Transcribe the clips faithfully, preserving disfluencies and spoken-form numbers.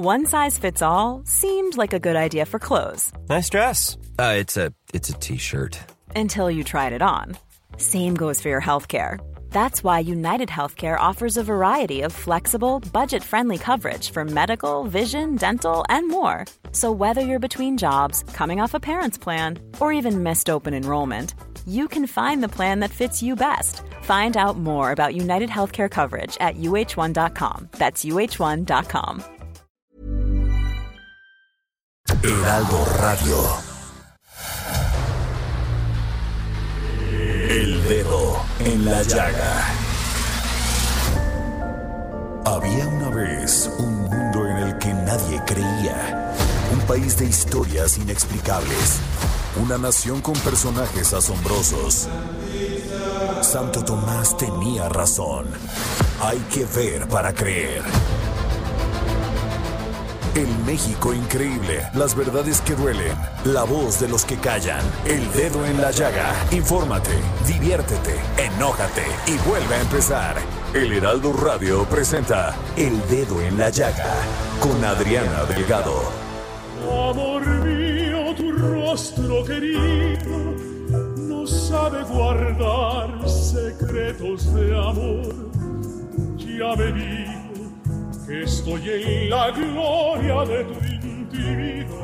One size fits all seemed like a good idea for clothes. Nice dress. Uh, it's a it's a t-shirt. Until you tried it on. Same goes for your healthcare. That's why United Healthcare offers a variety of flexible, budget-friendly coverage for medical, vision, dental, and more. So whether you're between jobs, coming off a parent's plan, or even missed open enrollment, you can find the plan that fits you best. Find out more about United Healthcare coverage at U H one dot com. That's U H one dot com. Heraldo Radio. El dedo en la llaga. Había una vez un mundo en el que nadie creía. Un país de historias inexplicables. Una nación con personajes asombrosos. Santo Tomás tenía razón. Hay que ver para creer. El México increíble, las verdades que duelen, la voz de los que callan, el dedo en la llaga. Infórmate, diviértete, enójate y vuelve a empezar. El Heraldo Radio presenta El Dedo en la Llaga con Adriana Delgado. Amor mío, tu rostro querido no sabe guardar secretos de amor. Ya me dijo que estoy en la gloria de tu intimidad.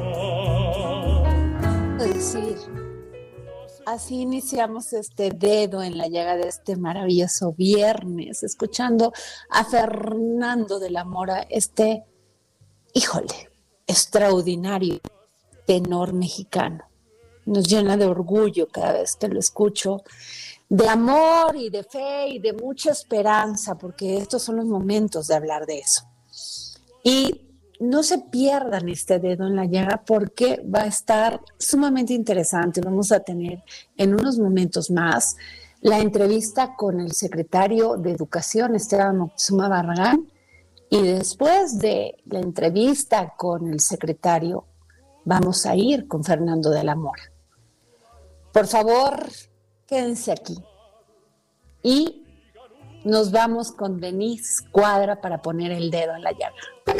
Es decir, así iniciamos este dedo en la llaga de este maravilloso viernes, escuchando a Fernando de la Mora, este, híjole, extraordinario tenor mexicano. Nos llena de orgullo cada vez que lo escucho, de amor y de fe y de mucha esperanza, porque estos son los momentos de hablar de eso. Y no se pierdan este dedo en la llaga porque va a estar sumamente interesante. Vamos a tener en unos momentos más la entrevista con el secretario de Educación, Esteban Moctezuma Barragán, y después de la entrevista con el secretario vamos a ir con Fernando de la Mora. Por favor, quédense aquí. Y nos vamos con Denise Cuadra para poner el dedo en la llaga.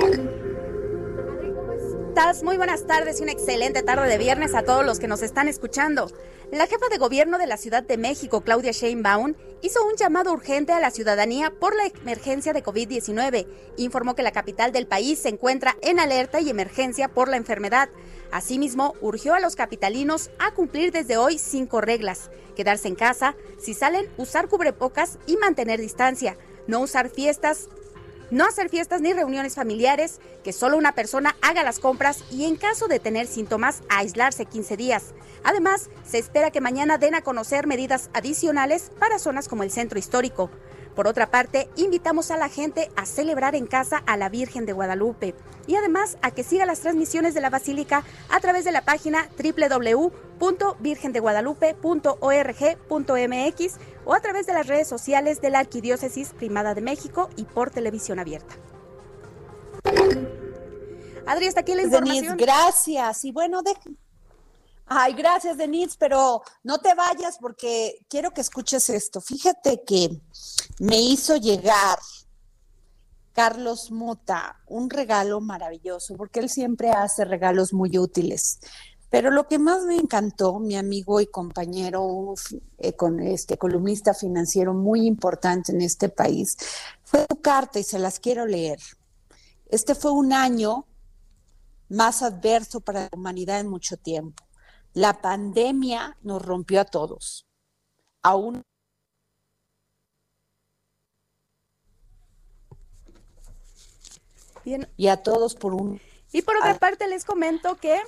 Muy buenas tardes y una excelente tarde de viernes a todos los que nos están escuchando. La jefa de gobierno de la Ciudad de México, Claudia Sheinbaum, hizo un llamado urgente a la ciudadanía por la emergencia de covid diecinueve. Informó que la capital del país se encuentra en alerta y emergencia por la enfermedad. Asimismo, urgió a los capitalinos a cumplir desde hoy cinco reglas: quedarse en casa, si salen, usar cubrebocas y mantener distancia, no usar fiestas, no hacer fiestas ni reuniones familiares, que solo una persona haga las compras y en caso de tener síntomas, aislarse quince días. Además, se espera que mañana den a conocer medidas adicionales para zonas como el centro histórico. Por otra parte, invitamos a la gente a celebrar en casa a la Virgen de Guadalupe y además a que siga las transmisiones de la Basílica a través de la página doble u doble u doble u punto virgen de guadalupe punto org punto m x o a través de las redes sociales de la Arquidiócesis Primada de México y por televisión abierta. Adri, hasta aquí la información. Denise, gracias. Y bueno, de... Ay, gracias, Denise, pero no te vayas porque quiero que escuches esto. Fíjate que me hizo llegar Carlos Mota un regalo maravilloso, porque él siempre hace regalos muy útiles. Pero lo que más me encantó, mi amigo y compañero, eh, con este columnista financiero muy importante en este país, fue tu carta y se las quiero leer. Este fue un año más adverso para la humanidad en mucho tiempo. La pandemia nos rompió a todos. Aún Bien. Y a todos por un... Y por otra a... parte les comento que...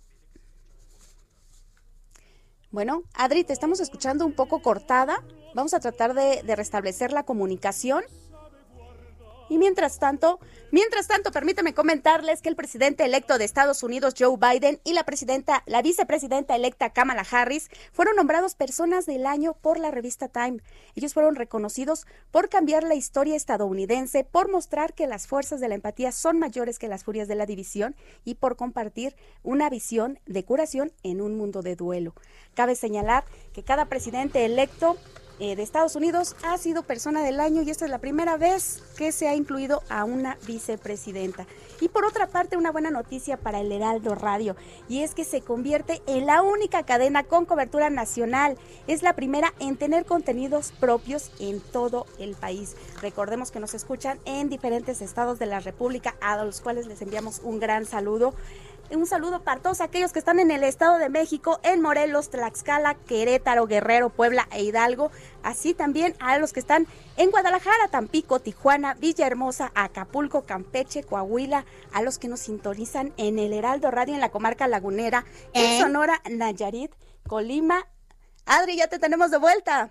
Bueno, Adri, te estamos escuchando un poco cortada. Vamos a tratar de, de restablecer la comunicación. Y mientras tanto, mientras tanto, permítame comentarles que el presidente electo de Estados Unidos, Joe Biden, y la presidenta, la vicepresidenta electa Kamala Harris, fueron nombrados personas del año por la revista Time. Ellos fueron reconocidos por cambiar la historia estadounidense, por mostrar que las fuerzas de la empatía son mayores que las furias de la división y por compartir una visión de curación en un mundo de duelo. Cabe señalar que cada presidente electo eh, de Estados Unidos ha sido persona del año y esta es la primera vez que se ha incluido a una vicepresidenta. Y por otra parte, una buena noticia para el Heraldo Radio, y es que se convierte en la única cadena con cobertura nacional. Es la primera en tener contenidos propios en todo el país. Recordemos que nos escuchan en diferentes estados de la República, a los cuales les enviamos un gran saludo. Un saludo para todos aquellos que están en el Estado de México, en Morelos, Tlaxcala, Querétaro, Guerrero, Puebla e Hidalgo. Así también a los que están en Guadalajara, Tampico, Tijuana, Villahermosa, Acapulco, Campeche, Coahuila. A los que nos sintonizan en el Heraldo Radio en la comarca lagunera, en ¿Eh? Sonora, Nayarit, Colima. Adri, ya te tenemos de vuelta.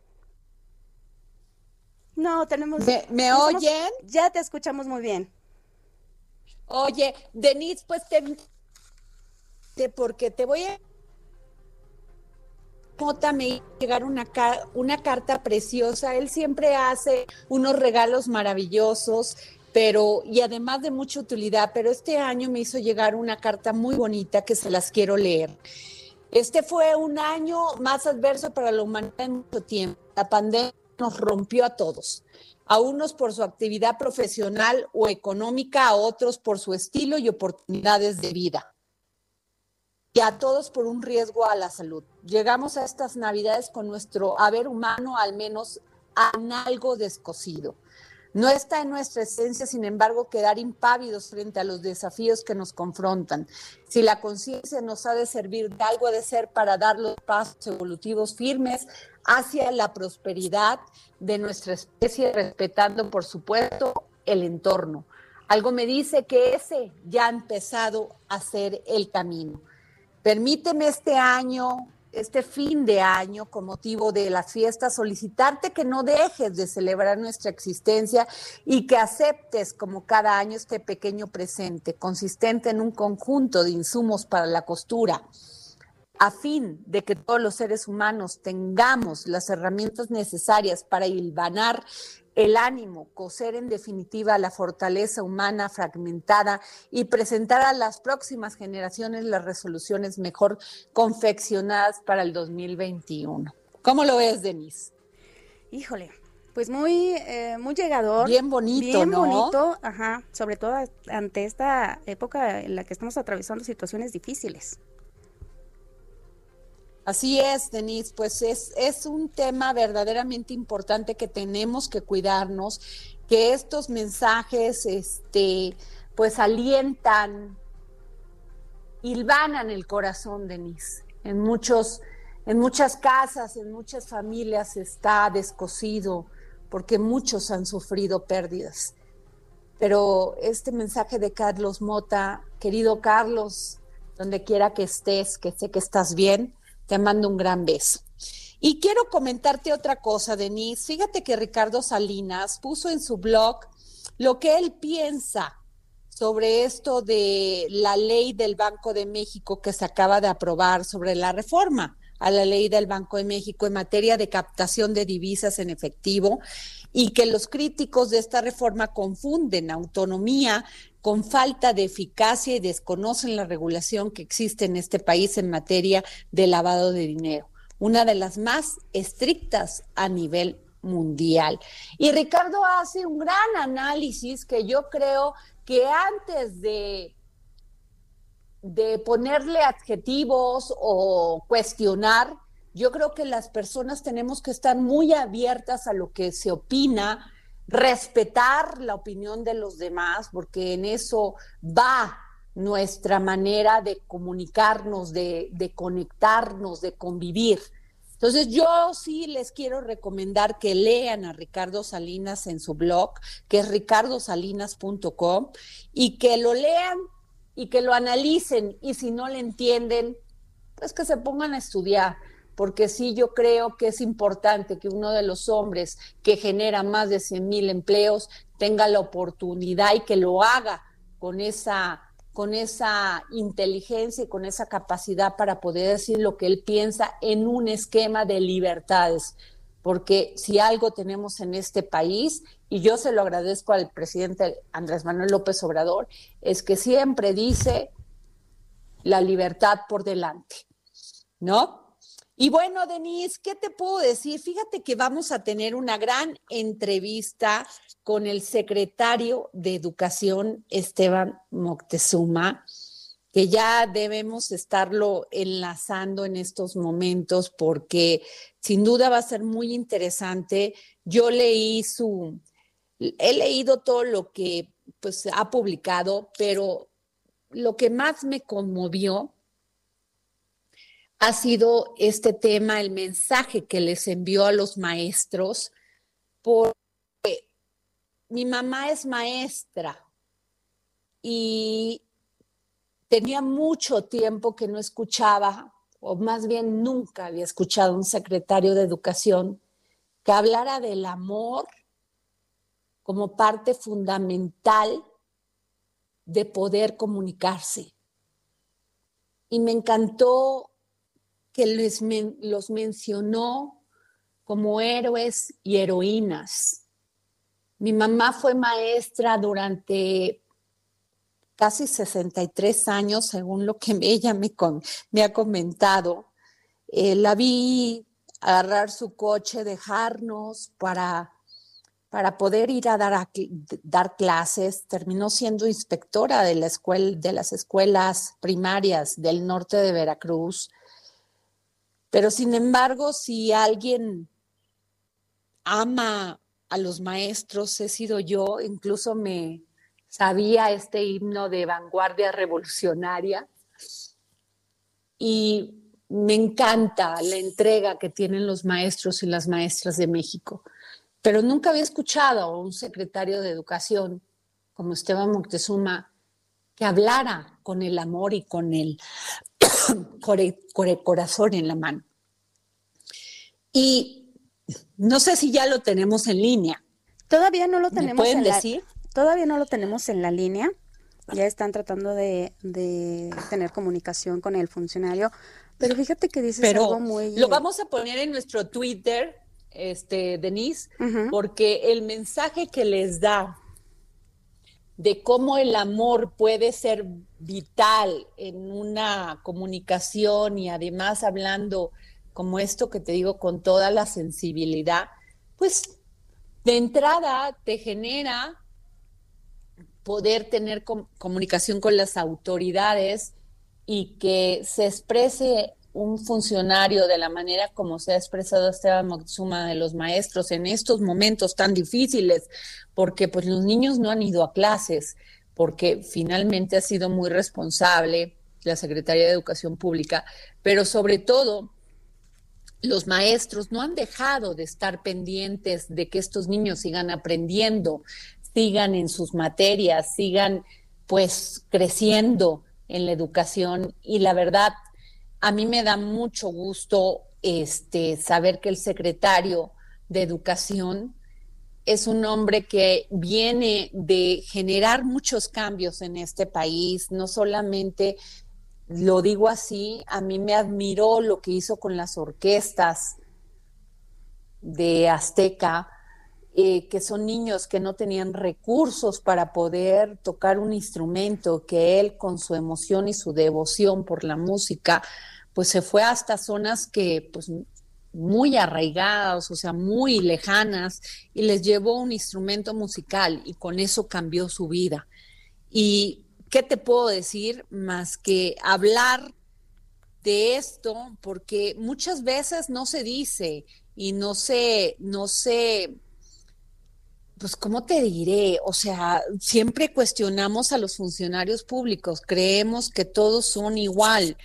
No, tenemos... ¿Me, me no oyen? Somos, ya te escuchamos muy bien. Oye, Denise, pues te, te porque te voy a Mota me iba a llegar una, una carta preciosa. Él siempre hace unos regalos maravillosos, pero y además de mucha utilidad, pero este año me hizo llegar una carta muy bonita que se las quiero leer. Este fue un año más adverso para la humanidad en mucho tiempo. La pandemia nos rompió a todos. A unos por su actividad profesional o económica, a otros por su estilo y oportunidades de vida. Y a todos por un riesgo a la salud. Llegamos a estas Navidades con nuestro haber humano al menos en algo descosido. No está en nuestra esencia, sin embargo, quedar impávidos frente a los desafíos que nos confrontan. Si la conciencia nos ha de servir de algo, ha de ser para dar los pasos evolutivos firmes hacia la prosperidad de nuestra especie, respetando, por supuesto, el entorno. Algo me dice que ese ya ha empezado a ser el camino. Permíteme este año, este fin de año, con motivo de las fiestas, solicitarte que no dejes de celebrar nuestra existencia y que aceptes como cada año este pequeño presente, consistente en un conjunto de insumos para la costura, a fin de que todos los seres humanos tengamos las herramientas necesarias para hilvanar el ánimo, coser en definitiva la fortaleza humana fragmentada y presentar a las próximas generaciones las resoluciones mejor confeccionadas para el dos mil veintiuno. ¿Cómo lo ves, Denise? Híjole, pues muy, eh, muy llegador. Bien bonito, bien ¿no? Bien bonito, ajá, sobre todo ante esta época en la que estamos atravesando situaciones difíciles. Así es, Denise, pues es, es un tema verdaderamente importante que tenemos que cuidarnos, que estos mensajes este, pues alientan, hilvanan el corazón, Denise. En, muchos, en muchas casas, en muchas familias está descosido porque muchos han sufrido pérdidas. Pero este mensaje de Carlos Mota, querido Carlos, donde quiera que estés, que sé que estás bien, te mando un gran beso. Y quiero comentarte otra cosa, Denise. Fíjate que Ricardo Salinas puso en su blog lo que él piensa sobre esto de la ley del Banco de México que se acaba de aprobar sobre la reforma a la ley del Banco de México en materia de captación de divisas en efectivo, y que los críticos de esta reforma confunden autonomía con falta de eficacia y desconocen la regulación que existe en este país en materia de lavado de dinero, una de las más estrictas a nivel mundial. Y Ricardo hace un gran análisis que yo creo que antes de, de ponerle adjetivos o cuestionar, yo creo que las personas tenemos que estar muy abiertas a lo que se opina, respetar la opinión de los demás, porque en eso va nuestra manera de comunicarnos, de, de conectarnos, de convivir. Entonces yo sí les quiero recomendar que lean a Ricardo Salinas en su blog, que es ricardo salinas punto com, y que lo lean y que lo analicen, y si no le entienden, pues que se pongan a estudiar. Porque sí, yo creo que es importante que uno de los hombres que genera más de cien mil empleos tenga la oportunidad y que lo haga con esa, con esa inteligencia y con esa capacidad para poder decir lo que él piensa en un esquema de libertades. Porque si algo tenemos en este país, y yo se lo agradezco al presidente Andrés Manuel López Obrador, es que siempre dice la libertad por delante, ¿no? Y bueno, Denise, ¿qué te puedo decir? Fíjate que vamos a tener una gran entrevista con el secretario de Educación, Esteban Moctezuma, que ya debemos estarlo enlazando en estos momentos porque sin duda va a ser muy interesante. Yo leí su, he leído todo lo que pues ha publicado, pero lo que más me conmovió ha sido este tema, el mensaje que les envió a los maestros, porque mi mamá es maestra y tenía mucho tiempo que no escuchaba, o más bien nunca había escuchado a un secretario de Educación que hablara del amor como parte fundamental de poder comunicarse. Y me encantó que les men- los mencionó como héroes y heroínas. Mi mamá fue maestra durante casi sesenta y tres años, según lo que ella me, con, me ha comentado. Eh, la vi agarrar su coche, dejarnos para, para poder ir a dar, a dar clases. Terminó siendo inspectora de, la escuela, de las escuelas primarias del norte de Veracruz. Pero sin embargo, si alguien ama a los maestros, he sido yo. Incluso me sabía este himno de vanguardia revolucionaria y me encanta la entrega que tienen los maestros y las maestras de México. Pero nunca había escuchado a un secretario de Educación como Esteban Moctezuma que hablara con el amor y con el corazón en la mano. Y no sé si ya lo tenemos en línea. Todavía no lo ¿Me tenemos pueden en la, decir? todavía no lo tenemos en la línea. Ya están tratando de, de tener comunicación con el funcionario. Pero fíjate que dices Pero algo muy... lo vamos a poner en nuestro Twitter, este, Denise, uh-huh. porque el mensaje que les da de cómo el amor puede ser vital en una comunicación y además hablando como esto que te digo con toda la sensibilidad, pues de entrada te genera poder tener com- comunicación con las autoridades y que se exprese un funcionario de la manera como se ha expresado Esteban Moctezuma de los maestros en estos momentos tan difíciles, porque pues los niños no han ido a clases, porque finalmente ha sido muy responsable la Secretaría de Educación Pública, pero sobre todo los maestros no han dejado de estar pendientes de que estos niños sigan aprendiendo, sigan en sus materias, sigan pues creciendo en la educación. Y la verdad, a mí me da mucho gusto este, saber que el secretario de Educación es un hombre que viene de generar muchos cambios en este país, no solamente, lo digo así, a mí me admiró lo que hizo con las orquestas de Azteca, eh, que son niños que no tenían recursos para poder tocar un instrumento, que él con su emoción y su devoción por la música, pues se fue hasta zonas que pues muy arraigadas, o sea, muy lejanas, y les llevó un instrumento musical y con eso cambió su vida. Y ¿qué te puedo decir más que hablar de esto? Porque muchas veces no se dice y no se, no se, pues, ¿cómo te diré? O sea, siempre cuestionamos a los funcionarios públicos, creemos que todos son igual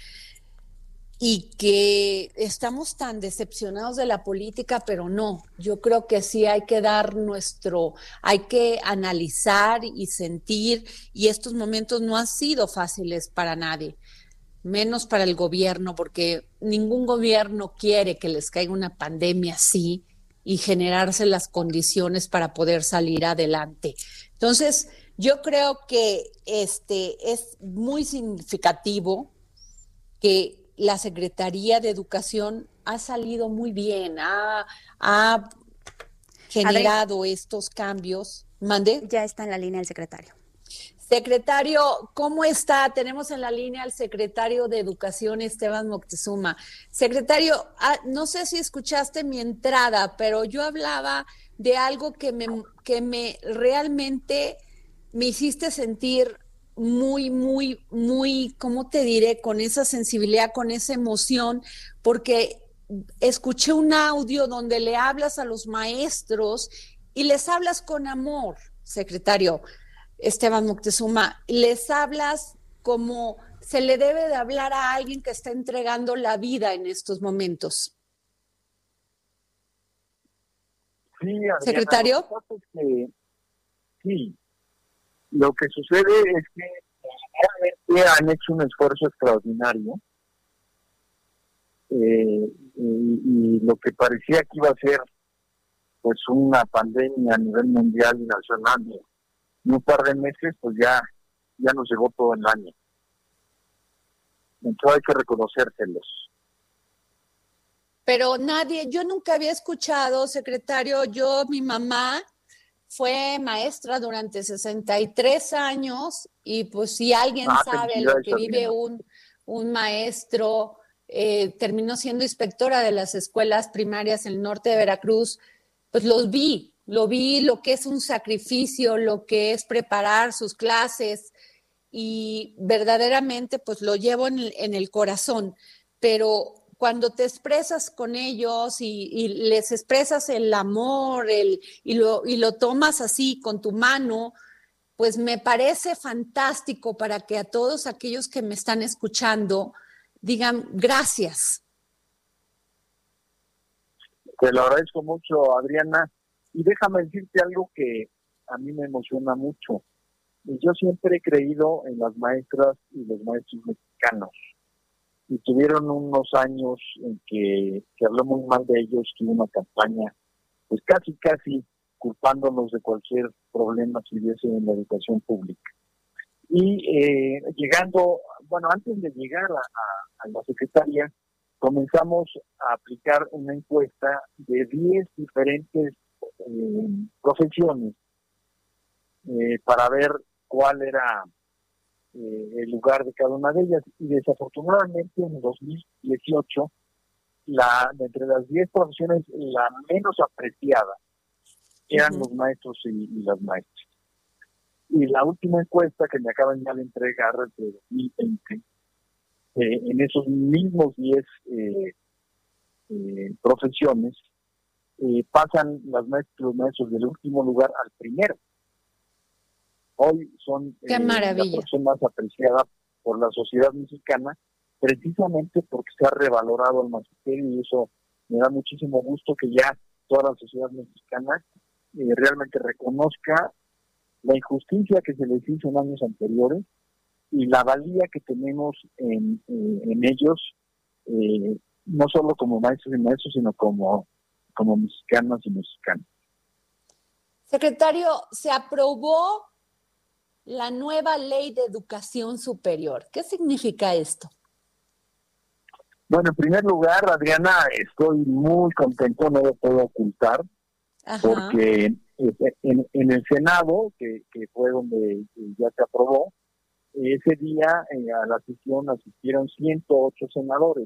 y que estamos tan decepcionados de la política, pero no, yo creo que sí hay que dar nuestro, hay que analizar y sentir, y estos momentos no han sido fáciles para nadie, menos para el gobierno, porque ningún gobierno quiere que les caiga una pandemia así y generarse las condiciones para poder salir adelante. Entonces, yo creo que este es muy significativo que la Secretaría de Educación ha salido muy bien, ha, ha generado Adri, estos cambios. ¿Mande? Ya está en la línea el secretario. Secretario, ¿cómo está? Tenemos en la línea al secretario de Educación, Esteban Moctezuma. Secretario, ah, no sé si escuchaste mi entrada, pero yo hablaba de algo que me, que me realmente me hiciste sentir muy, muy, muy, ¿cómo te diré? Con esa sensibilidad, con esa emoción, porque escuché un audio donde le hablas a los maestros y les hablas con amor, secretario Esteban Moctezuma, les hablas como se le debe de hablar a alguien que está entregando la vida en estos momentos. Sí, Adriana, secretario. Lo que pasa es que, sí, lo que sucede es que realmente han hecho un esfuerzo extraordinario eh, y, y lo que parecía que iba a ser pues una pandemia a nivel mundial y nacional, en un par de meses, pues ya, ya nos llegó todo el año. Entonces hay que reconocérselos. Pero nadie, yo nunca había escuchado, secretario, yo, mi mamá fue maestra durante sesenta y tres años y pues si alguien ah, sabe lo que vive un, un maestro, eh, terminó siendo inspectora de las escuelas primarias en el norte de Veracruz, pues los vi. Lo vi, lo que es un sacrificio, lo que es preparar sus clases y verdaderamente pues lo llevo en el, en el corazón. Pero cuando te expresas con ellos y, y les expresas el amor el, y, lo, y lo tomas así con tu mano, pues me parece fantástico para que a todos aquellos que me están escuchando digan gracias. Te lo agradezco mucho, Adriana. Y déjame decirte algo que a mí me emociona mucho. Yo siempre he creído en las maestras y los maestros mexicanos. Y tuvieron unos años en que se habló muy mal de ellos, que hubo una campaña, pues casi, casi culpándonos de cualquier problema que hubiese en la educación pública. Y eh, llegando, bueno, antes de llegar a, a, a la secretaría, comenzamos a aplicar una encuesta de diez diferentes Eh, profesiones eh, para ver cuál era eh, el lugar de cada una de ellas y desafortunadamente en dos mil dieciocho la entre las diez profesiones la menos apreciada eran uh-huh. los maestros y, y las maestras. Y la última encuesta que me acaban ya de entregar de dos mil veinte eh, en esos mismos diez eh, eh, profesiones Eh, pasan las maestras, los maestros del último lugar al primero. Hoy son Qué eh, maravilla. la persona más apreciada por la sociedad mexicana, precisamente porque se ha revalorado el magisterio y eso me da muchísimo gusto que ya toda la sociedad mexicana eh, realmente reconozca la injusticia que se les hizo en años anteriores y la valía que tenemos en, eh, en ellos, eh, no solo como maestros y maestros, sino como como mexicanos y mexicanos. Secretario, se aprobó la nueva ley de educación superior. ¿Qué significa esto? Bueno, en primer lugar, Adriana, estoy muy contento, no lo puedo ocultar, Ajá. porque en, en el Senado, que, que fue donde ya se aprobó, ese día eh, a la sesión asistieron ciento ocho senadores.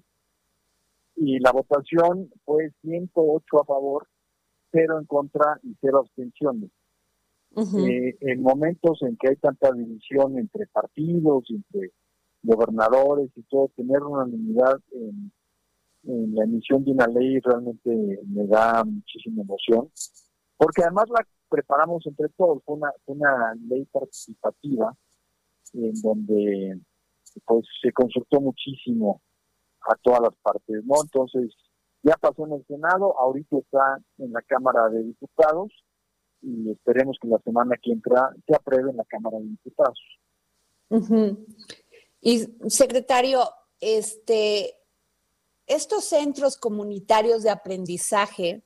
Y la votación fue ciento ocho a favor, cero en contra y cero abstenciones. Uh-huh. Eh, en momentos en que hay tanta división entre partidos, entre gobernadores y todo, tener unanimidad en, en la emisión de una ley realmente me da muchísima emoción, porque además la preparamos entre todos. Fue una, una ley participativa en donde pues se consultó muchísimo a todas las partes, ¿no? Entonces, ya pasó en el Senado, ahorita está en la Cámara de Diputados y esperemos que la semana que entra se apruebe en la Cámara de Diputados. Uh-huh. Y, secretario, este, estos centros comunitarios de aprendizaje,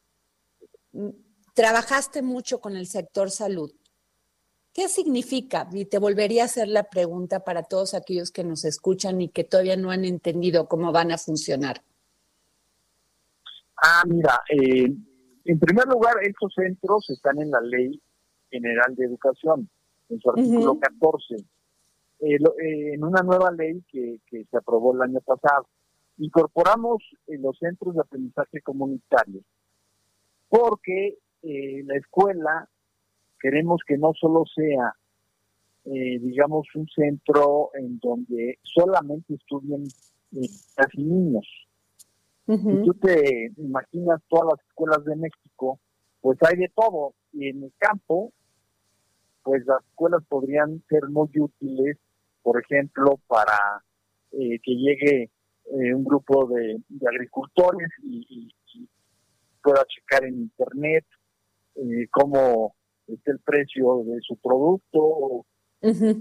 trabajaste mucho con el sector salud. ¿Qué significa? Y te volvería a hacer la pregunta para todos aquellos que nos escuchan y que todavía no han entendido cómo van a funcionar. Ah, mira, eh, en primer lugar, estos centros están en la Ley General de Educación. en su artículo Uh-huh. catorce, eh, lo, eh, en una nueva ley que, que se aprobó el año pasado. Incorporamos eh, los centros de aprendizaje comunitario porque eh, la escuela queremos que no solo sea, eh, digamos, un centro en donde solamente estudien eh, casi niños. Uh-huh. Si tú te imaginas todas las escuelas de México, pues hay de todo. Y en el campo, pues las escuelas podrían ser muy útiles, por ejemplo, para eh, que llegue eh, un grupo de, de agricultores y, y, y pueda checar en internet eh, cómo está el precio de su producto. Uh-huh.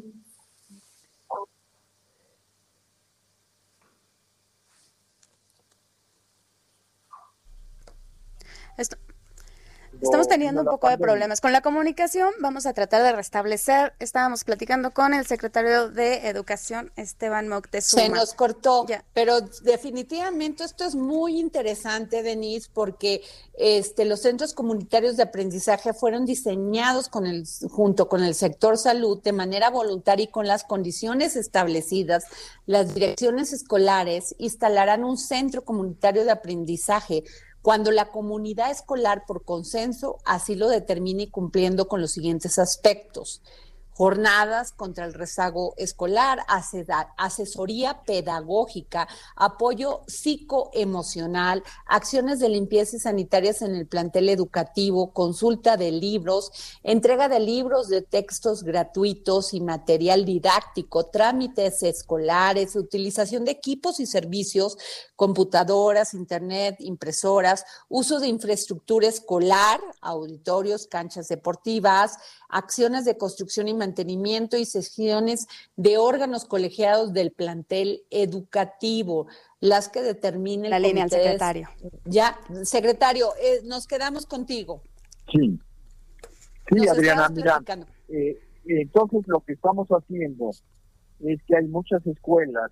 Esto... Estamos teniendo un poco de problemas con la comunicación. Vamos a tratar de restablecer. Estábamos platicando con el secretario de Educación, Esteban Moctezuma. Se nos cortó, ya. Pero definitivamente esto es muy interesante, Denise, porque este, los centros comunitarios de aprendizaje fueron diseñados con el, junto con el sector salud de manera voluntaria y con las condiciones establecidas. Las direcciones escolares instalarán un centro comunitario de aprendizaje cuando la comunidad escolar, por consenso, así lo determine y cumpliendo con los siguientes aspectos: jornadas contra el rezago escolar, asesoría pedagógica, apoyo psicoemocional, acciones de limpieza y sanitarias en el plantel educativo, consulta de libros, entrega de libros de textos gratuitos y material didáctico, trámites escolares, utilización de equipos y servicios, computadoras, internet, impresoras, uso de infraestructura escolar, auditorios, canchas deportivas, acciones de construcción y mantenimiento y sesiones de órganos colegiados del plantel educativo, las que determine el la línea al comité. secretario. Ya, secretario, eh, nos quedamos contigo. Sí, sí, Nos Adriana, estabas mira, eh, entonces lo que estamos haciendo es que hay muchas escuelas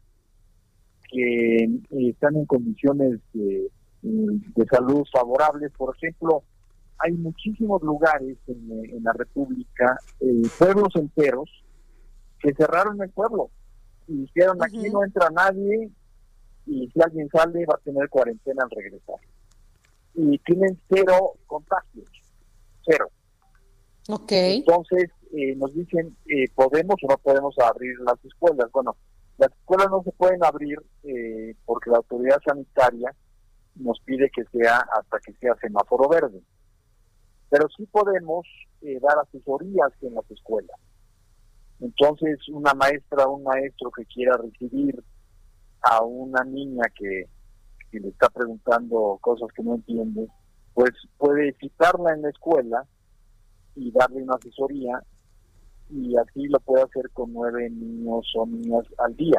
que eh, están en condiciones de, de salud favorables. Por ejemplo, hay muchísimos lugares en, en la República, eh, pueblos enteros, que cerraron el pueblo y dijeron, uh-huh, aquí no entra nadie y si alguien sale va a tener cuarentena al regresar. Y tienen cero contagios, cero. Okay. Entonces eh, nos dicen, eh, ¿podemos o no podemos abrir las escuelas? Bueno, las escuelas no se pueden abrir eh, porque la autoridad sanitaria nos pide que sea hasta que sea semáforo verde. Pero sí podemos eh, dar asesorías en las escuelas. Entonces, una maestra o un maestro que quiera recibir a una niña que, que le está preguntando cosas que no entiende, pues puede citarla en la escuela y darle una asesoría, y así lo puede hacer con nueve niños o niñas al día,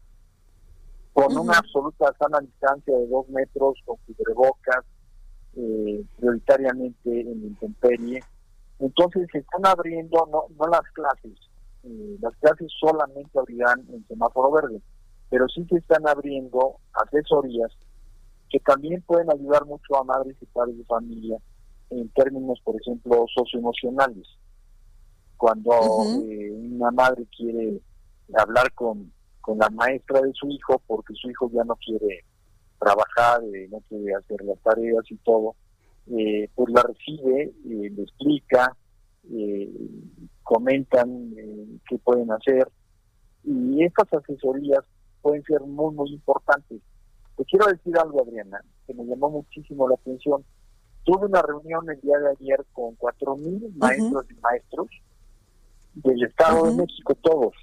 con uh-huh, una absoluta sana distancia de dos metros, con cubrebocas, Eh, prioritariamente en la intemperie. Entonces se están abriendo no, no las clases, eh, las clases solamente abrirán en semáforo verde, pero sí se están abriendo asesorías que también pueden ayudar mucho a madres y padres de familia en términos, por ejemplo, socioemocionales. Cuando uh-huh, eh, una madre quiere hablar con, con la maestra de su hijo porque su hijo ya no quiere trabajar, eh, no quiere hacer las tareas y todo, eh, pues la recibe, eh, le explica, eh, comentan eh, qué pueden hacer, y estas asesorías pueden ser muy, muy importantes. Te quiero decir algo, Adriana, que me llamó muchísimo la atención. Tuve una reunión el día de ayer con cuatro mil maestros uh-huh, y maestros del Estado uh-huh, de México, todos.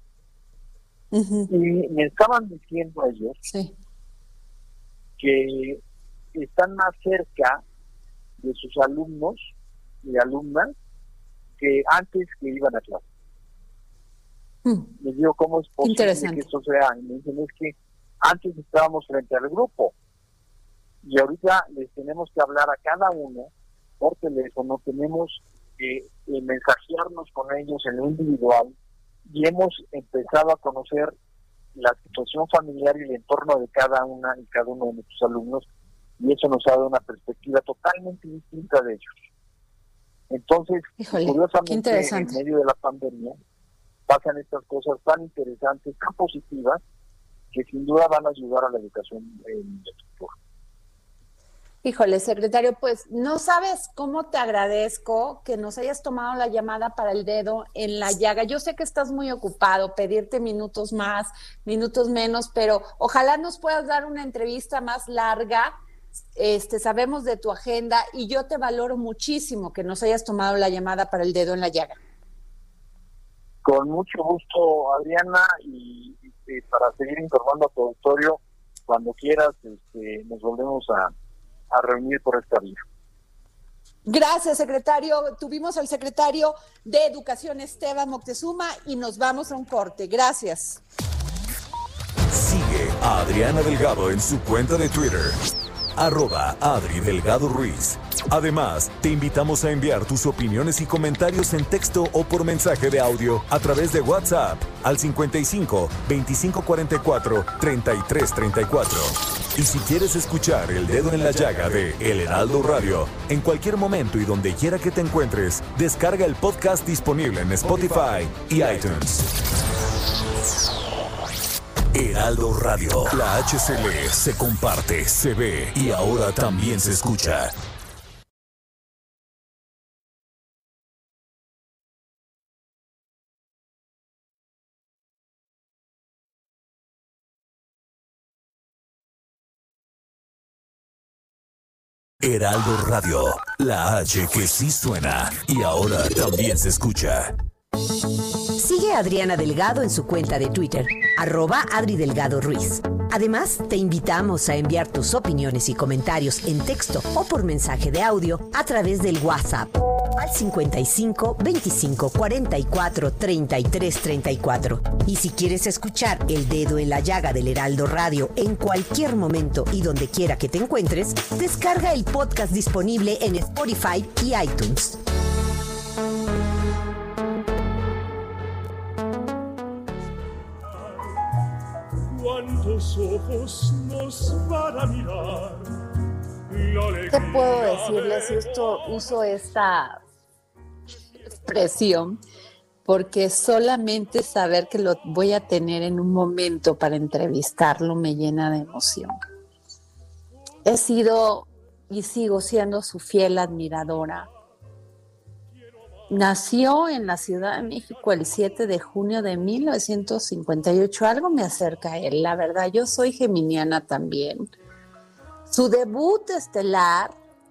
Uh-huh. Y me estaban diciendo ellos, sí, que están más cerca de sus alumnos y alumnas que antes que iban a clase. Mm. Les digo, ¿cómo es posible que esto sea? Y me dicen, es que antes estábamos frente al grupo y ahorita les tenemos que hablar a cada uno por teléfono, tenemos que eh, mensajearnos con ellos en lo individual, y hemos empezado a conocer la situación familiar y el entorno de cada una y cada uno de nuestros alumnos, y eso nos ha dado una perspectiva totalmente distinta de ellos. Entonces, Híjole, curiosamente, en medio de la pandemia, pasan estas cosas tan interesantes, tan positivas, que sin duda van a ayudar a la educación en el futuro. Híjole, secretario, pues no sabes cómo te agradezco que nos hayas tomado la llamada para el dedo en la llaga. Yo sé que estás muy ocupado, pedirte minutos más, minutos menos, pero ojalá nos puedas dar una entrevista más larga. Este, sabemos de tu agenda y yo te valoro muchísimo que nos hayas tomado la llamada para el dedo en la llaga. Con mucho gusto, Adriana, y, y para seguir informando a tu auditorio, cuando quieras, este, nos volvemos a a reunir por esta vía. Gracias, secretario. Tuvimos al secretario de Educación, Esteban Moctezuma, y nos vamos a un corte. Gracias. Sigue a Adriana Delgado en su cuenta de Twitter, arroba Adri Delgado Ruiz. Además, te invitamos a enviar tus opiniones y comentarios en texto o por mensaje de audio a través de WhatsApp al cincuenta y cinco, veinticinco cuarenta y cuatro, treinta y tres treinta y cuatro. Y si quieres escuchar El Dedo en la Llaga de El Heraldo Radio, en cualquier momento y donde quiera que te encuentres, descarga el podcast disponible en Spotify y iTunes. Heraldo Radio, la H C L se comparte, se ve y ahora también se escucha. Heraldo Radio, la H que sí suena y ahora también se escucha. Sigue a Adriana Delgado en su cuenta de Twitter, arroba Adri Delgado Ruiz. Además, te invitamos a enviar tus opiniones y comentarios en texto o por mensaje de audio a través del WhatsApp al cincuenta y cinco, veinticinco, cuarenta y cuatro, treinta y tres treinta y cuatro. Y si quieres escuchar El Dedo en la Llaga del Heraldo Radio en cualquier momento y donde quiera que te encuentres, descarga el podcast disponible en Spotify y iTunes. ¿Cuántos ojos nos van a mirar? ¿Qué puedo decirles? Esto, uso esta expresión porque solamente saber que lo voy a tener en un momento para entrevistarlo me llena de emoción. He sido y sigo siendo su fiel admiradora. Nació en la Ciudad de México el siete de junio de mil novecientos cincuenta y ocho. Algo me acerca a él, la verdad. Yo soy geminiana también. Su debut estelar,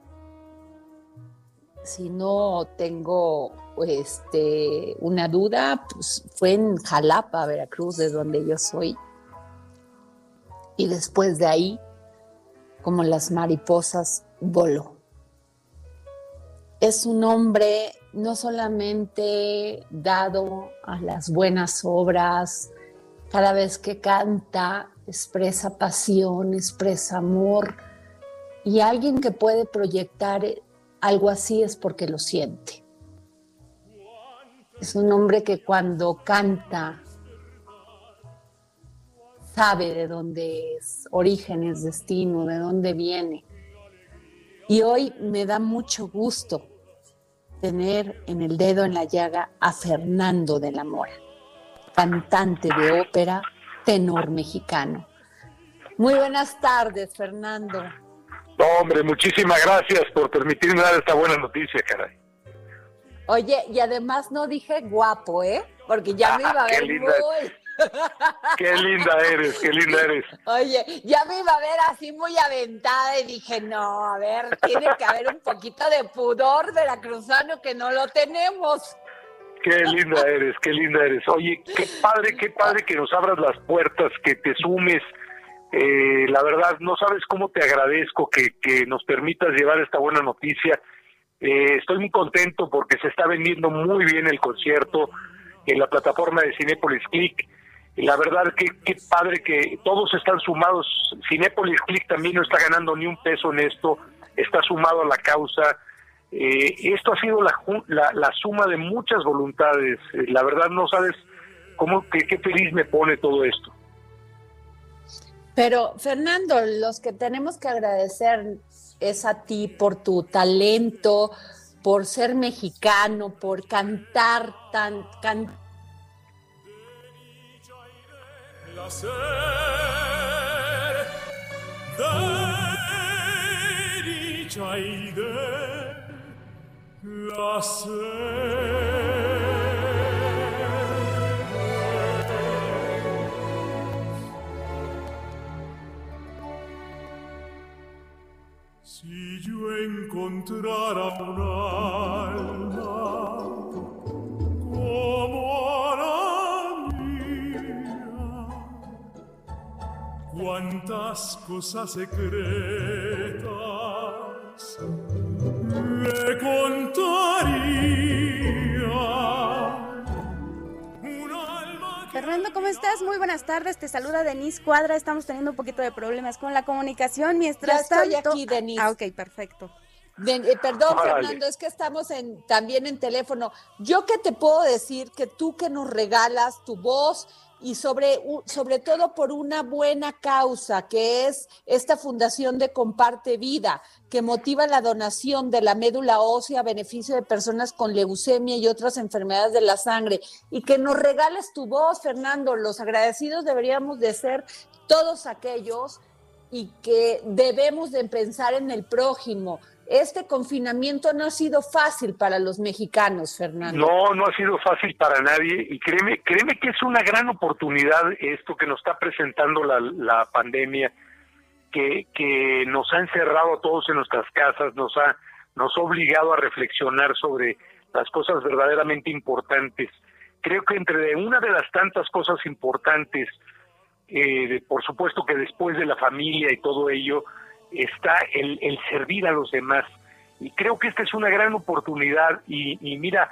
si no tengo este, una duda, pues fue en Jalapa, Veracruz, de donde yo soy. Y después de ahí, como las mariposas, voló. Es un hombre no solamente dado a las buenas obras, cada vez que canta expresa pasión, expresa amor, y alguien que puede proyectar algo así es porque lo siente. Es un hombre que cuando canta sabe de dónde es, orígenes, destino, de dónde viene. Y hoy me da mucho gusto tener en El Dedo en la Llaga a Fernando de la Mora, cantante de ópera, tenor mexicano. Muy buenas tardes, Fernando. No, hombre, muchísimas gracias por permitirme dar esta buena noticia, caray. Oye, y además no dije guapo, ¿eh? Porque ya me iba a ver linda, muy... Qué linda eres, qué linda eres. Oye, ya me iba a ver así muy aventada y dije, no, a ver, tiene que haber un poquito de pudor veracruzano que no lo tenemos. Qué linda eres, qué linda eres. Oye, qué padre, qué padre que nos abras las puertas, que te sumes. Eh, la verdad, no sabes cómo te agradezco que, que nos permitas llevar esta buena noticia. Eh, estoy muy contento porque se está vendiendo muy bien el concierto en la plataforma de Cinépolis Click. La verdad que qué padre que todos están sumados. Cinépolis Click también no está ganando ni un peso en esto, está sumado a la causa. Eh, esto ha sido la, la, la suma de muchas voluntades. Eh, la verdad no sabes cómo qué, qué feliz me pone todo esto. Pero, Fernando, los que tenemos que agradecer es a ti por tu talento, por ser mexicano, por cantar tan can... La ser, de y de la ser. Si yo encontrara un alma como la mía, cuántas cosas secretas le contaría. Fernando, ¿cómo estás? Muy buenas tardes, te saluda Denise Cuadra. Estamos teniendo un poquito de problemas con la comunicación. Mientras ya estoy tanto... aquí, Denise. Ah, ok, perfecto. De, eh, perdón, Órale. Fernando, es que estamos en, también en teléfono. Yo que te puedo decir que tú que nos regalas tu voz y sobre, sobre todo por una buena causa, que es esta fundación de Comparte Vida, que motiva la donación de la médula ósea a beneficio de personas con leucemia y otras enfermedades de la sangre, y que nos regales tu voz, Fernando. Los agradecidos deberíamos de ser todos aquellos y que debemos de pensar en el prójimo. Este confinamiento no ha sido fácil para los mexicanos, Fernando. No, no ha sido fácil para nadie y créeme, créeme que es una gran oportunidad esto que nos está presentando la, la pandemia, que, que nos ha encerrado a todos en nuestras casas, nos ha, nos ha obligado a reflexionar sobre las cosas verdaderamente importantes. Creo que entre una de las tantas cosas importantes, eh, de, por supuesto que después de la familia y todo ello, está el, el servir a los demás, y creo que esta es una gran oportunidad. Y, y mira,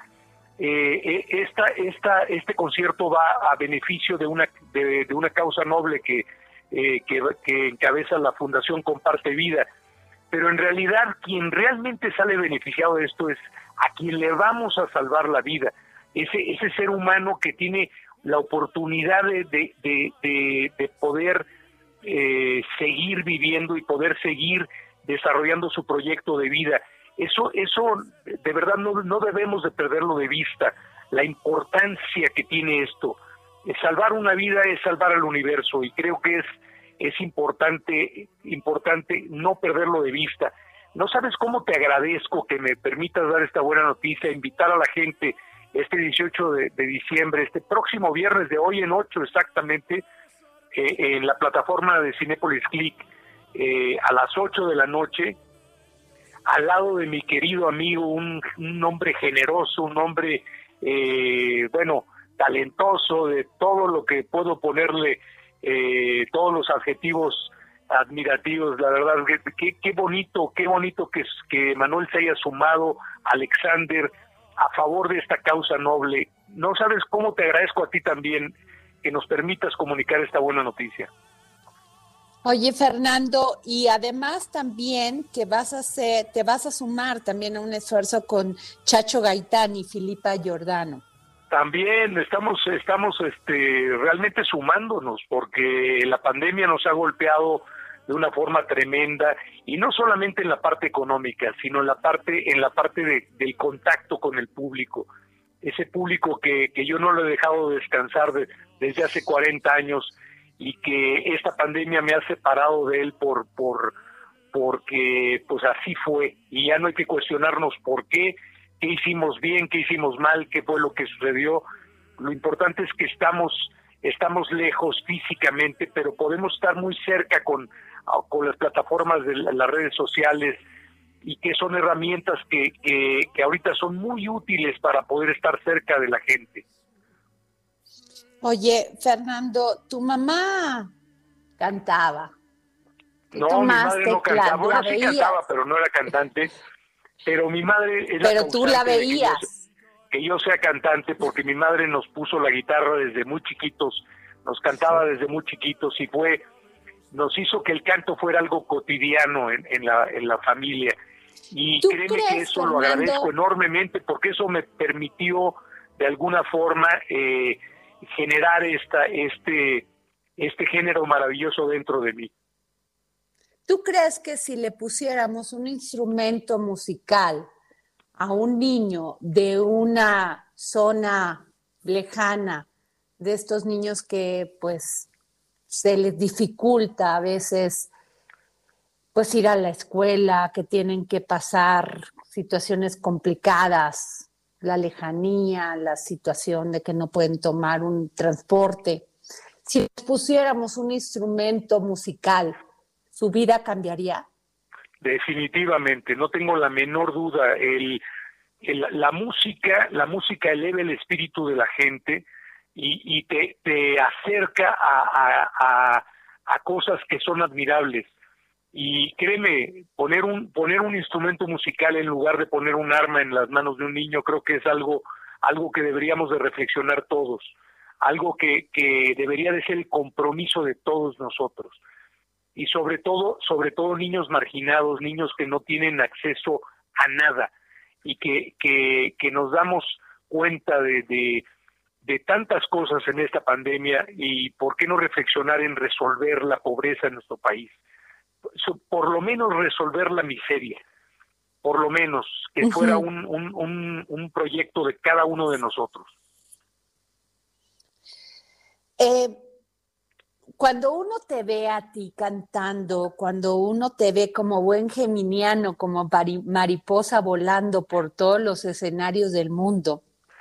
eh, esta, esta, este concierto va a beneficio de una de, de una causa noble que, eh, que, que encabeza la Fundación Comparte Vida, pero en realidad quien realmente sale beneficiado de esto es a quien le vamos a salvar la vida, ese, ese ser humano que tiene la oportunidad de, de, de, de, de poder Eh, seguir viviendo y poder seguir desarrollando su proyecto de vida. Eso, eso de verdad no, no debemos de perderlo de vista, la importancia que tiene esto. Eh, salvar una vida es salvar al universo, y creo que es, es importante, importante no perderlo de vista. No sabes cómo te agradezco que me permitas dar esta buena noticia, invitar a la gente este dieciocho de, de diciembre, este próximo viernes, de hoy en ocho exactamente, Eh, en la plataforma de Cinépolis Click, eh, a las ocho de la noche, al lado de mi querido amigo, un, un hombre generoso, un hombre, eh, bueno, talentoso, de todo lo que puedo ponerle, eh, todos los adjetivos admirativos. La verdad, qué, qué bonito, qué bonito que, que Manuel se haya sumado, Alexander, a favor de esta causa noble. No sabes cómo te agradezco a ti también que nos permitas comunicar esta buena noticia. Oye, Fernando, y además también que vas a hacer, te vas a sumar también a un esfuerzo con Chacho Gaitán y Filipa Giordano. También estamos, estamos este, realmente sumándonos, porque la pandemia nos ha golpeado de una forma tremenda, y no solamente en la parte económica, sino en la parte, en la parte de, del contacto con el público. Ese público que, que yo no lo he dejado descansar de, desde hace cuarenta años, y que esta pandemia me ha separado de él por por porque pues así fue, y ya no hay que cuestionarnos por qué, qué hicimos bien, qué hicimos mal, qué fue lo que sucedió. Lo importante es que estamos estamos lejos físicamente, pero podemos estar muy cerca con, con las plataformas de las redes sociales, y que son herramientas que, que, que ahorita son muy útiles para poder estar cerca de la gente. Oye, Fernando, tu mamá cantaba. No, mi madre no cantaba. Bueno, sí cantaba, pero no era cantante. Pero mi madre es la Pero tú la veías. Que yo, que yo sea cantante, porque mi madre nos puso la guitarra desde muy chiquitos, nos cantaba desde muy chiquitos, y fue, nos hizo que el canto fuera algo cotidiano en, en la en la familia. Y créeme crees, que eso Fernando? Lo agradezco enormemente, porque eso me permitió de alguna forma eh, generar esta este este género maravilloso dentro de mí. ¿Tú crees que si le pusiéramos un instrumento musical a un niño de una zona lejana, de estos niños que pues se les dificulta a veces pues ir a la escuela, que tienen que pasar situaciones complicadas, la lejanía, la situación de que no pueden tomar un transporte. Si les pusiéramos un instrumento musical, ¿su vida cambiaría? Definitivamente, no tengo la menor duda. El, el, la música, la música eleva el espíritu de la gente y, y te, te acerca a, a, a, a cosas que son admirables. Y créeme, poner un poner un instrumento musical en lugar de poner un arma en las manos de un niño, creo que es algo algo que deberíamos de reflexionar todos, algo que, que debería de ser el compromiso de todos nosotros. Y sobre todo, sobre todo niños marginados, niños que no tienen acceso a nada y que, que, que nos damos cuenta de, de, de tantas cosas en esta pandemia y por qué no reflexionar en resolver la pobreza en nuestro país. Por lo menos resolver la miseria, por lo menos que fuera uh-huh. un, un, un, un proyecto de cada uno de nosotros. Eh, cuando uno te ve a ti cantando, cuando uno te ve como buen geminiano, como mariposa volando por todos los escenarios del mundo,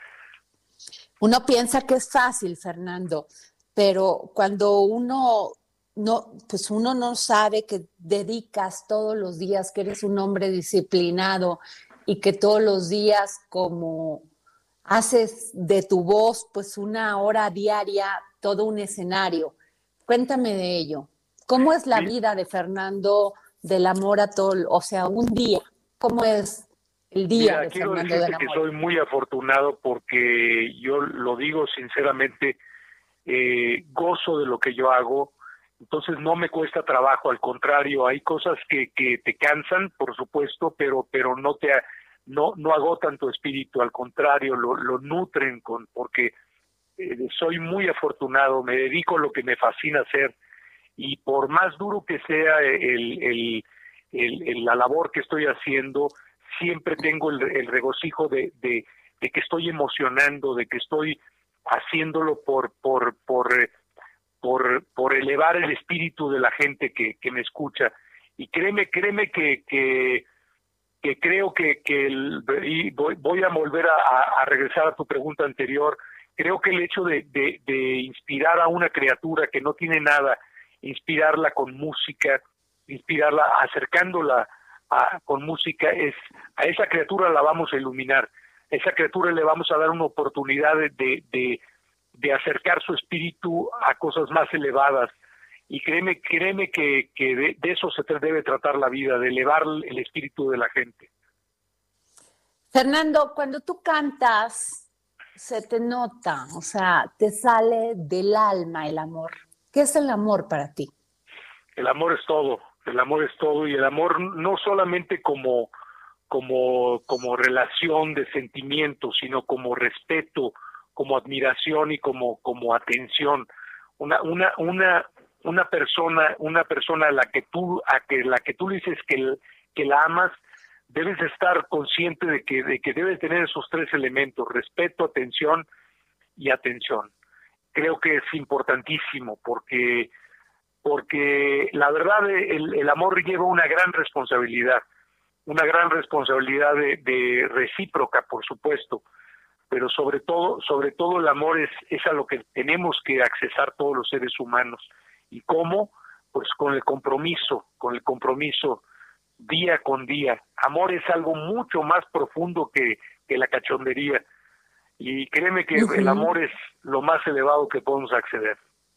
uno piensa que es fácil, Fernando, pero cuando uno no, pues uno no sabe que dedicas todos los días, que eres un hombre disciplinado y que todos los días como haces de tu voz pues una hora diaria, todo un escenario. Cuéntame de ello. ¿Cómo es la sí. vida de Fernando del Amor a todo, o sea, un día? ¿Cómo es el día Mira, de quiero Fernando del Amor? Que soy muy afortunado porque yo lo digo sinceramente, eh, gozo de lo que yo hago. Entonces no me cuesta trabajo, al contrario, hay cosas que, que te cansan, por supuesto, pero pero no te no no agotan tu espíritu, al contrario, lo, lo nutren con porque eh, soy muy afortunado, me dedico a lo que me fascina hacer y por más duro que sea el, el, el, el la labor que estoy haciendo, siempre tengo el, el regocijo de, de de que estoy emocionando, de que estoy haciéndolo por por por eh, por por elevar el espíritu de la gente que, que me escucha. Y créeme, créeme que que, que creo que, que el, y voy, voy a volver a, a regresar a tu pregunta anterior, creo que el hecho de, de, de inspirar a una criatura que no tiene nada, inspirarla con música, inspirarla acercándola a, con música, es a esa criatura la vamos a iluminar, a esa criatura le vamos a dar una oportunidad de, de, de de acercar su espíritu a cosas más elevadas. Y créeme, créeme que, que de, de eso se debe tratar la vida, de elevar el espíritu de la gente. Fernando, cuando tú cantas, se te nota, o sea, te sale del alma el amor. ¿Qué es el amor para ti? El amor es todo, el amor es todo, y el amor no solamente como, como, como relación de sentimientos, sino como respeto, como admiración y como como atención. Una una una una persona una persona a la que tú a que la que tú dices que que la amas, debes estar consciente de que de que debe tener esos tres elementos: respeto, atención y atención. Creo que es importantísimo porque porque la verdad el, el amor lleva una gran responsabilidad, una gran responsabilidad de, de recíproca, por supuesto. Pero sobre todo, sobre todo el amor es, es a lo que tenemos que accesar todos los seres humanos. ¿Y cómo? Pues con el compromiso, con el compromiso día con día. Amor es algo mucho más profundo que, que la cachondería. Y créeme que uh-huh. el amor es lo más elevado que podemos acceder.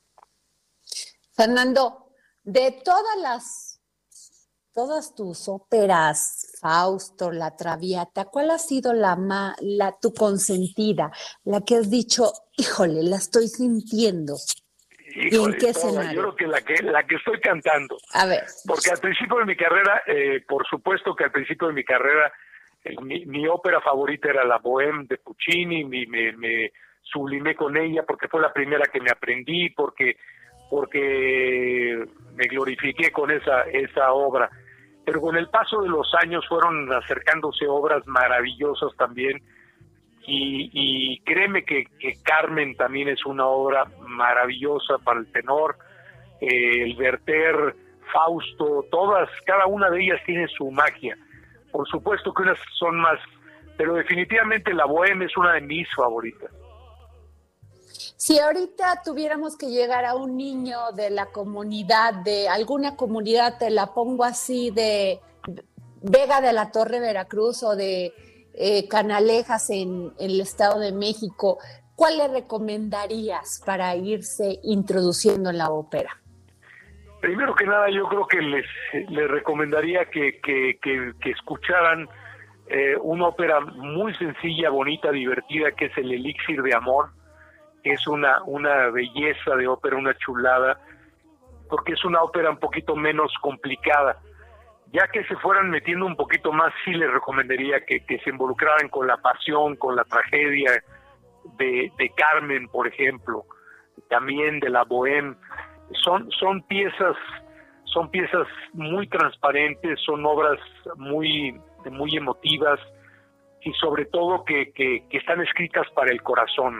Fernando, de todas las todas tus óperas, Fausto, La Traviata, ¿cuál ha sido la, ma, la tu consentida? La que has dicho, híjole, la estoy sintiendo. Híjole, ¿Y en qué toda, escenario? Yo creo que la que la que estoy cantando. A ver. Porque al principio de mi carrera, eh, por supuesto que al principio de mi carrera, eh, mi, mi ópera favorita era la Bohème de Puccini, mi, me, me sublimé con ella porque fue la primera que me aprendí, porque porque me glorifiqué con esa esa obra. pero con el paso de los años fueron acercándose obras maravillosas también, y, y créeme que, que Carmen también es una obra maravillosa para el tenor, eh, el Werther, Fausto, todas, cada una de ellas tiene su magia. Por supuesto que unas son más, pero definitivamente la Bohème es una de mis favoritas. Si ahorita tuviéramos que llegar a un niño de la comunidad, de alguna comunidad, te la pongo así, de Vega de la Torre, Veracruz, o de eh, Canalejas en, en el Estado de México, ¿cuál le recomendarías para irse introduciendo en la ópera? Primero que nada, yo creo que les, les recomendaría que, que, que, que escucharan eh, una ópera muy sencilla, bonita, divertida, que es El Elixir de Amor. Es una, una belleza de ópera, una chulada, porque es una ópera un poquito menos complicada. Ya que se fueran metiendo un poquito más, sí les recomendaría que, que se involucraran con la pasión, con la tragedia de, de Carmen, por ejemplo, también de la Bohème. Son, son piezas, son piezas muy transparentes, son obras muy, muy emotivas, y sobre todo que, que, que están escritas para el corazón.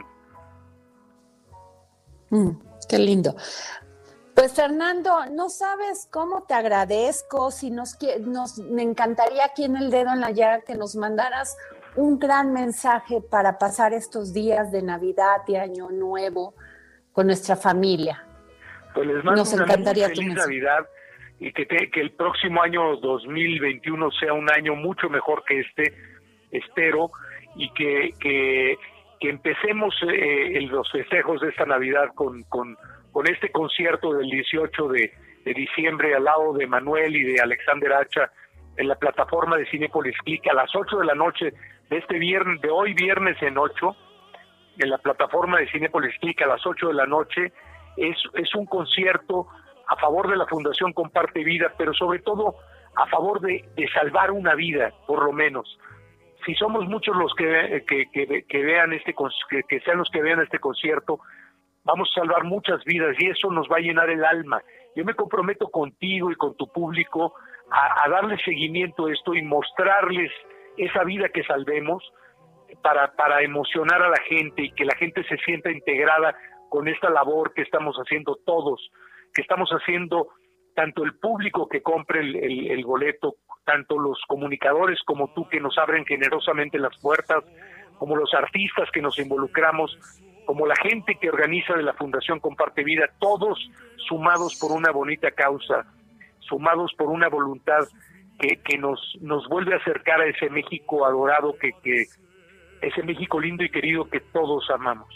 Mm, qué lindo. Pues Fernando, no sabes cómo te agradezco. Si nos, nos me encantaría aquí en El Dedo en la Llaga que nos mandaras un gran mensaje para pasar estos días de Navidad y Año Nuevo con nuestra familia. Pues les mando nos una encantaría muy feliz tu Navidad, y que, te, que el próximo año dos mil veintiuno sea un año mucho mejor que este, espero, y que, que, que empecemos eh, en los festejos de esta Navidad con, con, con este concierto del dieciocho de, de diciembre al lado de Manuel y de Alexander Hacha en la plataforma de Cinépolis Click a las ocho de la noche de este viernes, de hoy viernes en ocho, en la plataforma de Cinépolis Click a las ocho de la noche. Es, es un concierto a favor de la Fundación Comparte Vida, pero sobre todo a favor de, de salvar una vida, por lo menos. Si somos muchos los que, que, que, que vean este que, que sean los que vean este concierto, vamos a salvar muchas vidas, y eso nos va a llenar el alma. Yo me comprometo contigo y con tu público a, a darle seguimiento a esto y mostrarles esa vida que salvemos para, para emocionar a la gente y que la gente se sienta integrada con esta labor que estamos haciendo todos, que estamos haciendo tanto el público que compre el, el, el boleto, tanto los comunicadores como tú, que nos abren generosamente las puertas, como los artistas que nos involucramos, como la gente que organiza de la Fundación Comparte Vida, todos sumados por una bonita causa, sumados por una voluntad que, que nos, nos vuelve a acercar a ese México adorado, que, que ese México lindo y querido que todos amamos.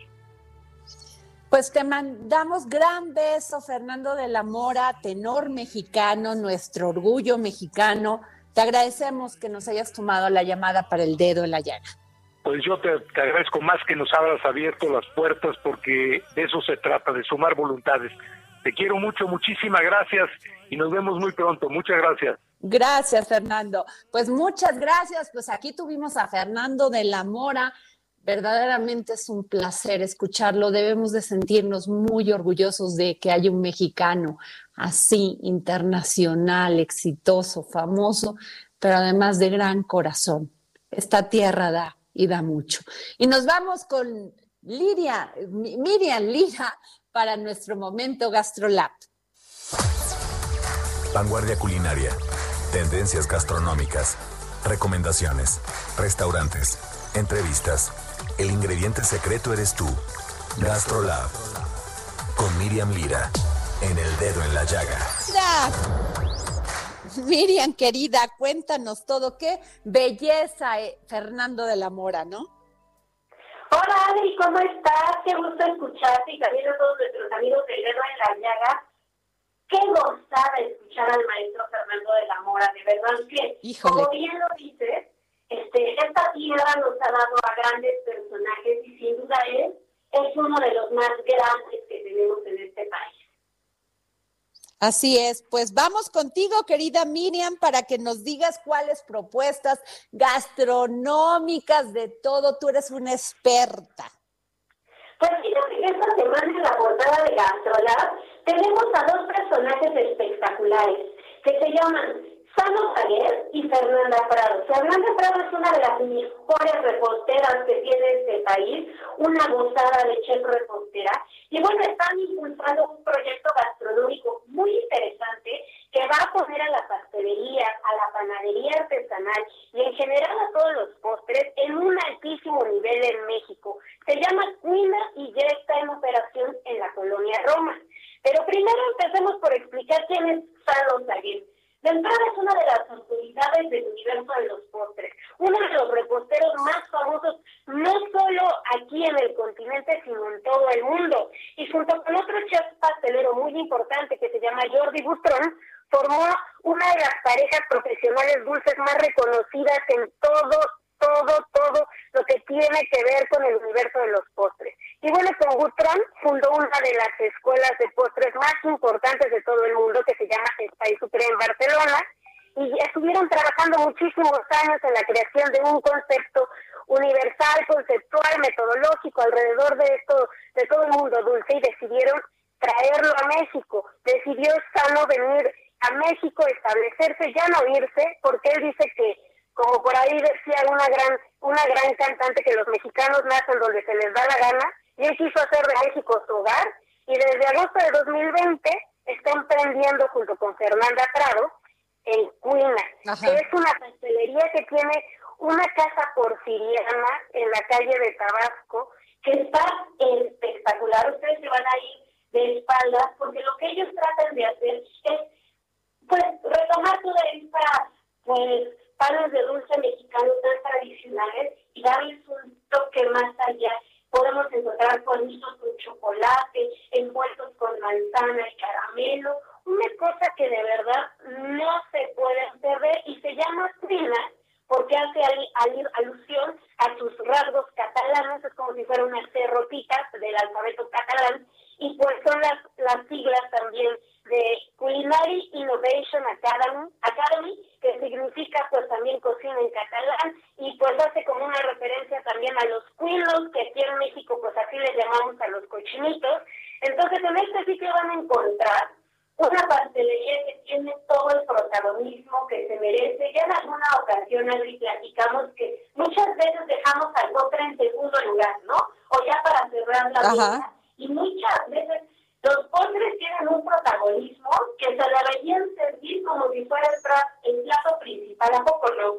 Pues te mandamos gran beso, Fernando de la Mora, tenor mexicano, nuestro orgullo mexicano. Te agradecemos que nos hayas tomado la llamada para El Dedo en la Llaga. Pues yo te, te agradezco más que nos abras abierto las puertas, porque de eso se trata, de sumar voluntades. Te quiero mucho, muchísimas gracias, y nos vemos muy pronto. Muchas gracias. Gracias, Fernando. Pues muchas gracias. Pues aquí tuvimos a Fernando de la Mora. Verdaderamente es un placer escucharlo. Debemos de sentirnos muy orgullosos de que haya un mexicano así, internacional, exitoso, famoso, pero además de gran corazón. Esta tierra da y da mucho. Y nos vamos con Liria, Miriam Lira para nuestro momento GastroLab. Vanguardia culinaria, tendencias gastronómicas, recomendaciones, restaurantes, entrevistas. El ingrediente secreto eres tú. GastroLab con Miriam Lira en El Dedo en la Llaga. Miriam, querida, cuéntanos todo. Qué belleza, eh, Fernando de la Mora, ¿no? Hola, Adri, ¿cómo estás? Qué gusto escucharte, y también a todos nuestros amigos del Dedo en la Llaga. Qué gozada escuchar al maestro Fernando de la Mora, de verdad que, Híjole. Como bien lo dices, este, esta tierra nos ha dado a grandes personajes, y sin duda él es uno de los más grandes que tenemos en este país. Así es, pues vamos contigo, querida Miriam, para que nos digas cuáles propuestas gastronómicas de todo. Tú eres una experta. Pues fíjate que esta semana en la portada de GastroLab tenemos a dos personajes espectaculares que se llaman Sano Zaguer y Fernanda Prado. Fernanda Prado es una de las mejores reposteras que tiene este país, una gozada de chef repostera. Y bueno, están impulsando un proyecto gastronómico muy interesante que va a poner a la pastelería, a la panadería artesanal y en general a todos los postres en un altísimo nivel en México. Se llama Cuina y ya está en operación en la colonia Roma. Pero primero empecemos por explicar quién es Sano Zaguer. De entrada es una de las autoridades del universo de los postres, uno de los reposteros más famosos, no solo aquí en el continente, sino en todo el mundo. Y junto con otro chef pastelero muy importante que se llama Jordi Bustrón, formó una de las parejas profesionales dulces más reconocidas en todo, todo, todo lo que tiene que ver con el universo de los postres. Y bueno, con Bustrón fundó una de las escuelas de postres más importantes de todo el mundo, que se llama Espai Sucre en Barcelona, y estuvieron trabajando muchísimos años en la creación de un concepto universal, conceptual, metodológico alrededor de esto, de todo el mundo dulce, y decidieron traerlo a México. Decidió Sano venir a México, establecerse, ya no irse, porque él dice que, como por ahí decía una gran, una gran cantante, que los mexicanos nacen donde se les da la gana, y él quiso hacer de México su hogar, y desde agosto de dos mil veinte está emprendiendo junto con Fernanda Prado en Cuina, Ajá. que es una pastelería que tiene una casa porfiriana en la calle de Tabasco, que está espectacular. Ustedes se van a ir de espaldas, porque lo que ellos tratan de hacer es, pues, retomar toda esta, pues, panes de dulce mexicanos tan tradicionales y darles un toque más allá. Podemos encontrar conitos con chocolate, envueltos con manzana y caramelo, una cosa que de verdad no se puede perder, y se llama Cuina porque hace al, al, alusión a sus rasgos catalanes, es como si fuera unas C rotitas del alfabeto catalán, y pues son las, las siglas también de Culinary Innovation Academy, Academy, que significa pues también cocina en catalán, y pues hace como una referencia también a los cuilos, que aquí en México pues así les llamamos a los cochinitos. Entonces en este sitio van a encontrar una pastelería que tiene todo el protagonismo que se merece. Ya en alguna ocasión, Adri, platicamos que muchas veces dejamos al postre en segundo lugar, ¿no? O ya para cerrar la mesa, y muchas veces los postres tienen un protagonismo que se deberían servir como si fuera el, pra- el plato principal, ¿a poco no?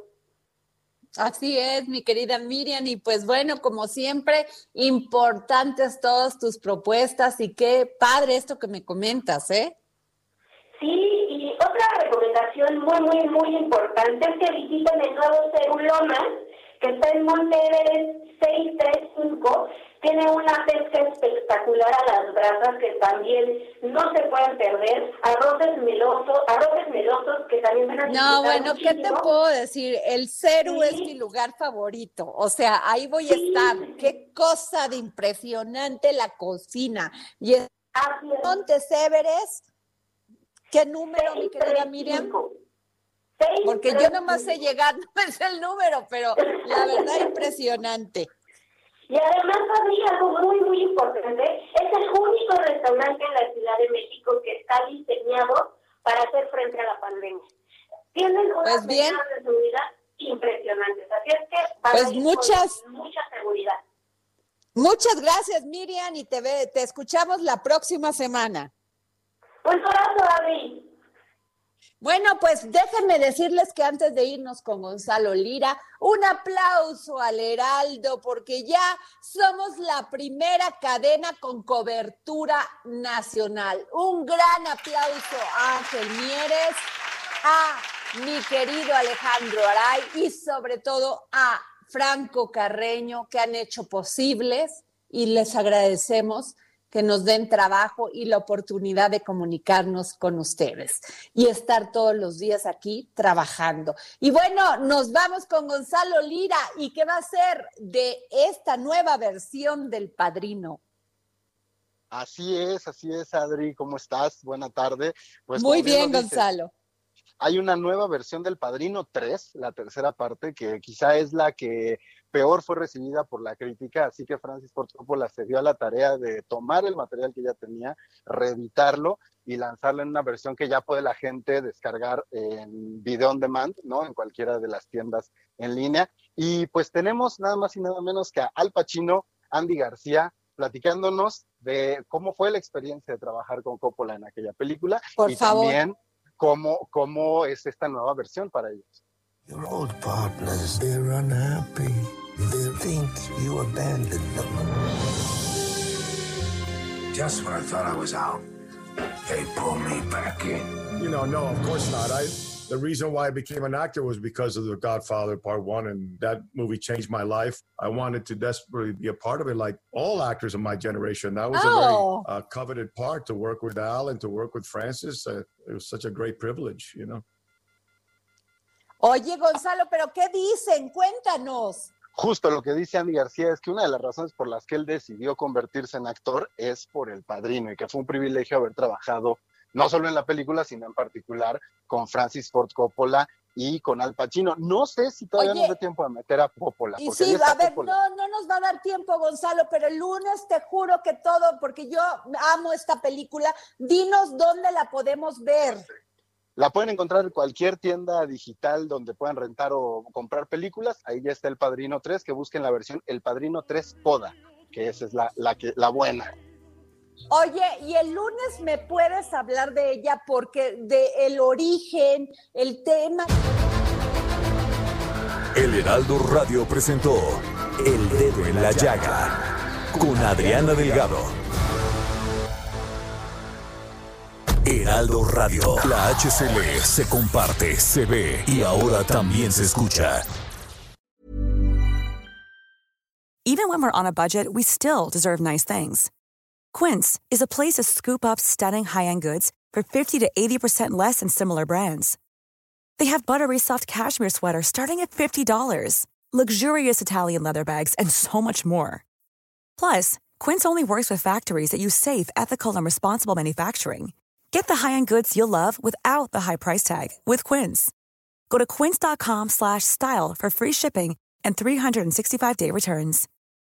Así es, mi querida Miriam, y pues bueno, como siempre, importantes todas tus propuestas, y qué padre esto que me comentas, ¿eh? Sí, y otra recomendación muy, muy, muy importante es que visiten el nuevo Cerulomas, que está en Monte Everest seiscientos treinta y cinco. Tiene una pesca espectacular a las brasas que también no se pueden perder. Arroces melosos, arroces melosos que también van a disfrutar. No, bueno, muchísimo. ¿qué te puedo decir? El Ceru Sí. es mi lugar favorito. O sea, ahí voy Sí. a estar. Qué cosa de impresionante la cocina. Y el Así es. Monte Everest, ¿qué número, mi querida Miriam? Porque yo nomás sé llegar, no es el número, pero la verdad impresionante. Y además habría algo muy, muy importante, es el único restaurante en la Ciudad de México que está diseñado para hacer frente a la pandemia. Tienen unas Pues bien. medidas de seguridad impresionantes, así es que van Pues a ir muchas- con mucha seguridad. Muchas gracias, Miriam, y te, ve, te escuchamos la próxima semana. Un abrazo, David. Bueno, pues déjenme decirles que antes de irnos con Gonzalo Lira, un aplauso al Heraldo, porque ya somos la primera cadena con cobertura nacional. Un gran aplauso a Ángel Mieres, a mi querido Alejandro Aray y sobre todo a Franco Carreño, que han hecho posibles, y les agradecemos que nos den trabajo y la oportunidad de comunicarnos con ustedes y estar todos los días aquí trabajando. Y bueno, nos vamos con Gonzalo Lira. ¿Y qué va a ser de esta nueva versión del Padrino? Así es, así es, Adri, ¿cómo estás? Buena tarde. Pues, Muy como bien bien, lo dices, Gonzalo. hay una nueva versión del Padrino tres, la tercera parte, que quizá es la que peor fue recibida por la crítica, así que Francis Ford Coppola se dio a la tarea de tomar el material que ya tenía, reeditarlo, y lanzarla en una versión que ya puede la gente descargar en video on demand, ¿no? En cualquiera de las tiendas en línea. Y pues tenemos nada más y nada menos que a Al Pacino, Andy García, platicándonos de cómo fue la experiencia de trabajar con Coppola en aquella película. Por y favor. también cómo, cómo es esta nueva versión para ellos. Your old partners, they're unhappy. They think you abandoned them. Just when I thought I was out, they pull me back in. You know, no, of course not. I the reason why I became an actor was because of The Godfather Part One, and that movie changed my life. I wanted to desperately be a part of it, like all actors of my generation. That was Oh. a very uh, coveted part, to work with Al and to work with Francis. Uh, it was such a great privilege, you know. Oye, Gonzalo, ¿pero qué dicen? Cuéntanos. Justo lo que dice Andy García es que una de las razones por las que él decidió convertirse en actor es por El Padrino, y que fue un privilegio haber trabajado no solo en la película, sino en particular con Francis Ford Coppola y con Al Pacino. No sé si todavía Oye, nos dé tiempo de meter a Coppola. Y porque ahí sí, está a ver, Coppola. no, no nos va a dar tiempo, Gonzalo, pero el lunes te juro que todo, porque yo amo esta película, dinos dónde la podemos ver. La pueden encontrar en cualquier tienda digital donde puedan rentar o comprar películas. Ahí ya está El Padrino tres, que busquen la versión El Padrino tres Coda, que esa es la, la, que, la buena. Oye, y el lunes me puedes hablar de ella porque de el origen, el tema. El Heraldo Radio presentó El Dedo en la Llaga con Adriana Delgado. Heraldo Radio, la H C L se comparte, se ve y ahora también se escucha. Even when we're on a budget, we still deserve nice things. Quince is a place to scoop up stunning high-end goods for fifty to eighty percent less than similar brands. They have buttery soft cashmere sweaters starting at fifty dollars, luxurious Italian leather bags, and so much more. Plus, Quince only works with factories that use safe, ethical, and responsible manufacturing. Get the high-end goods you'll love without the high price tag with Quince. Go to quince.com slash style for free shipping and three sixty-five day returns.